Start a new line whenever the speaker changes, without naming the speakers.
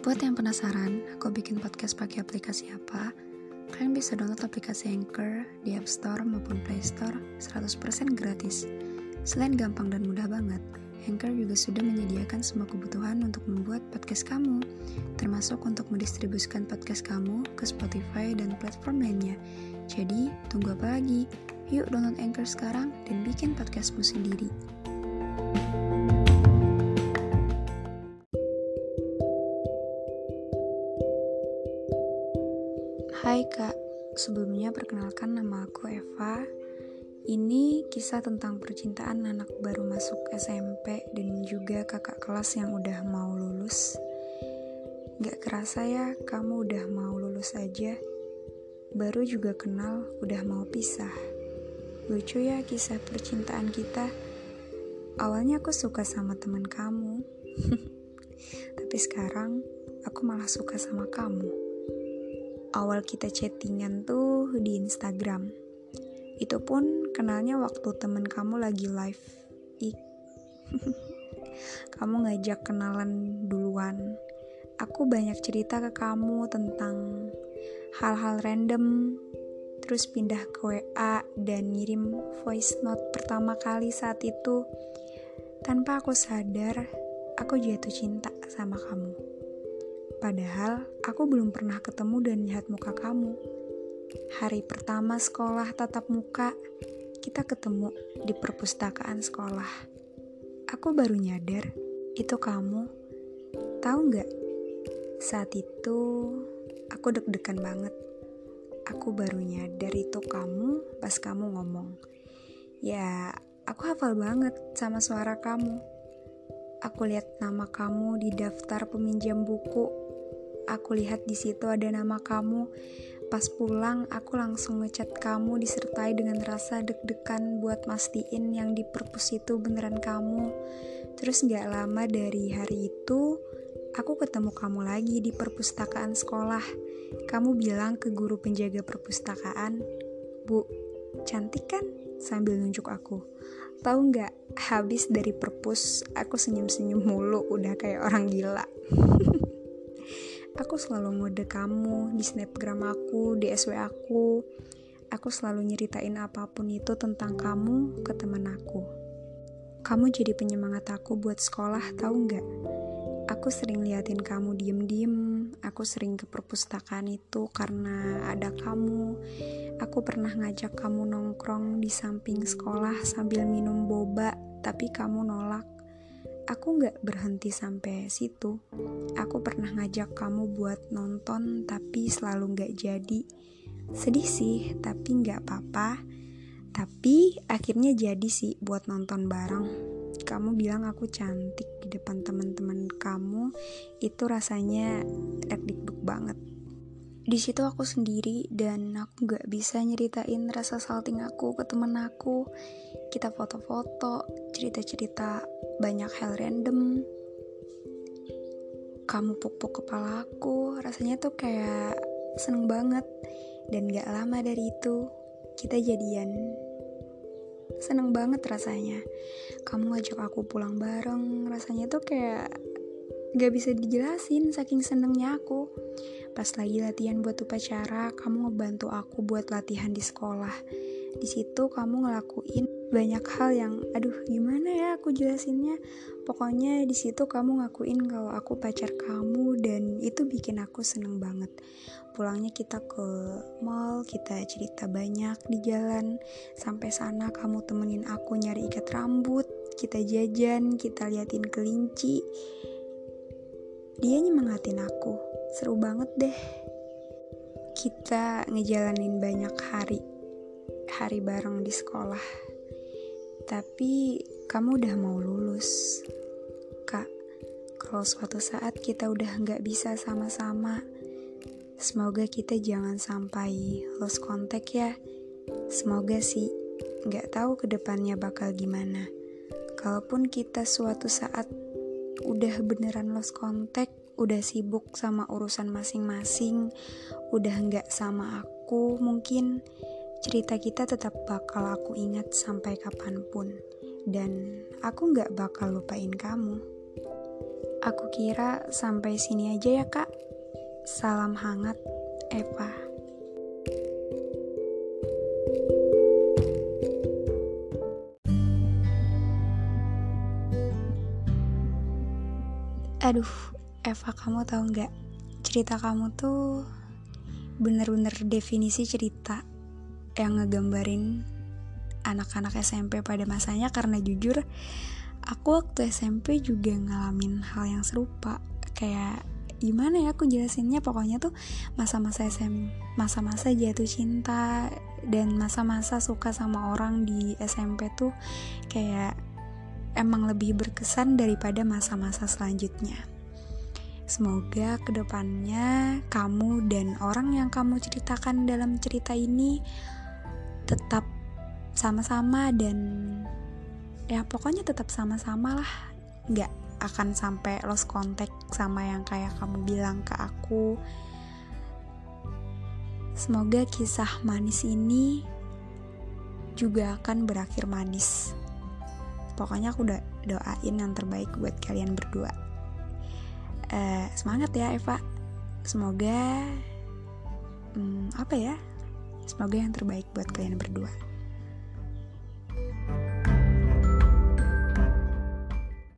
Buat yang penasaran, aku bikin podcast pakai aplikasi apa? Kalian bisa download aplikasi Anchor di App Store maupun Play Store 100% gratis. Selain gampang dan mudah banget, Anchor juga sudah menyediakan semua kebutuhan untuk membuat podcast kamu, termasuk untuk mendistribusikan podcast kamu ke Spotify dan platform lainnya. Jadi, tunggu apa lagi? Yuk download Anchor sekarang dan bikin podcastmu sendiri. Hai Kak, sebelumnya perkenalkan nama aku Eva. Ini kisah tentang percintaan anak baru masuk SMP dan juga kakak kelas yang udah mau lulus. Gak kerasa ya, kamu udah mau lulus aja. Baru juga kenal, udah mau pisah. Lucu ya kisah percintaan kita. Awalnya aku suka sama teman kamu. Tapi sekarang, aku malah suka sama kamu. Awal kita chattingan tuh di Instagram. Itu pun kenalnya waktu temen kamu lagi live. Kamu ngajak kenalan duluan. Aku banyak cerita ke kamu tentang hal-hal random. Terus pindah ke WA dan ngirim voice note pertama kali saat itu. Tanpa aku sadar, aku jatuh cinta sama kamu. Padahal aku belum pernah ketemu dan lihat muka kamu. Hari pertama sekolah tatap muka, kita ketemu di perpustakaan sekolah. Aku baru nyadar, itu kamu. Tahu nggak? Saat itu, aku deg-degan banget. Aku baru nyadar itu kamu pas kamu ngomong. Ya, aku hafal banget sama suara kamu. Aku lihat nama kamu di daftar peminjam buku. Aku lihat di situ ada nama kamu. Pas pulang, aku langsung ngechat kamu disertai dengan rasa deg-degan buat mastiin yang di perpus itu beneran kamu. Terus gak lama dari hari itu, aku ketemu kamu lagi di perpustakaan sekolah. Kamu bilang ke guru penjaga perpustakaan, "Bu, cantik kan?" Sambil nunjuk aku. Tahu gak, habis dari perpus, aku senyum-senyum mulu, udah kayak orang gila. Aku selalu ngode kamu di snapgram aku, di SW aku. Aku selalu nyeritain apapun itu tentang kamu ke teman aku. Kamu jadi penyemangat aku buat sekolah, tahu nggak? Aku sering liatin kamu diem-diem. Aku sering ke perpustakaan itu karena ada kamu. Aku pernah ngajak kamu nongkrong di samping sekolah sambil minum boba, tapi kamu nolak. Aku gak berhenti sampai situ. Aku pernah ngajak kamu buat nonton, tapi selalu gak jadi. Sedih sih, tapi gak apa-apa. Tapi akhirnya jadi sih buat nonton bareng. Kamu bilang aku cantik di depan teman-teman kamu. Itu rasanya deg-deg banget. Di situ aku sendiri dan aku gak bisa nyeritain rasa salting aku ke temen aku. Kita foto-foto, cerita-cerita banyak hal random. Kamu puk-puk kepala aku, rasanya tuh kayak seneng banget. Dan gak lama dari itu, kita jadian. Seneng banget rasanya. Kamu ngajak aku pulang bareng, rasanya tuh kayak gak bisa dijelasin saking senengnya aku. Pas lagi latihan buat upacara, kamu ngebantu aku buat latihan di sekolah. Di situ kamu ngelakuin banyak hal yang, gimana ya aku jelasinnya. Pokoknya di situ kamu ngakuin kalau aku pacar kamu dan itu bikin aku seneng banget. Pulangnya kita ke mall, kita cerita banyak di jalan. Sampai sana kamu temenin aku nyari ikat rambut, kita jajan, kita liatin kelinci. Dia nyemangatin aku. Seru banget deh. Kita ngejalanin banyak hari bareng di sekolah. Tapi kamu udah mau lulus. Kak, kalau suatu saat kita udah gak bisa sama-sama, semoga kita jangan sampai lost contact ya. Semoga sih. Gak tahu kedepannya bakal gimana. Kalaupun kita suatu saat udah beneran lost contact, udah sibuk sama urusan masing-masing, udah gak sama aku, mungkin cerita kita tetap bakal aku ingat sampai kapanpun. Dan aku gak bakal lupain kamu. Aku kira sampai sini aja ya kak. Salam hangat, Eva. Aduh, Eva, kamu tahu nggak? Cerita kamu tuh bener-bener definisi cerita yang ngegambarin anak-anak SMP pada masanya. Karena jujur, aku waktu SMP juga ngalamin hal yang serupa. Kayak gimana ya aku jelasinnya, pokoknya tuh masa-masa masa-masa jatuh cinta dan masa-masa suka sama orang di SMP tuh kayak emang lebih berkesan daripada masa-masa selanjutnya. Semoga kedepannya kamu dan orang yang kamu ceritakan dalam cerita ini tetap sama-sama dan ya pokoknya tetap sama-sama lah, gak akan sampai lost contact sama yang kayak kamu bilang ke aku. Semoga kisah manis ini juga akan berakhir manis. Pokoknya aku udah doain yang terbaik buat kalian berdua. Semangat ya Eva. Semoga semoga yang terbaik buat kalian berdua.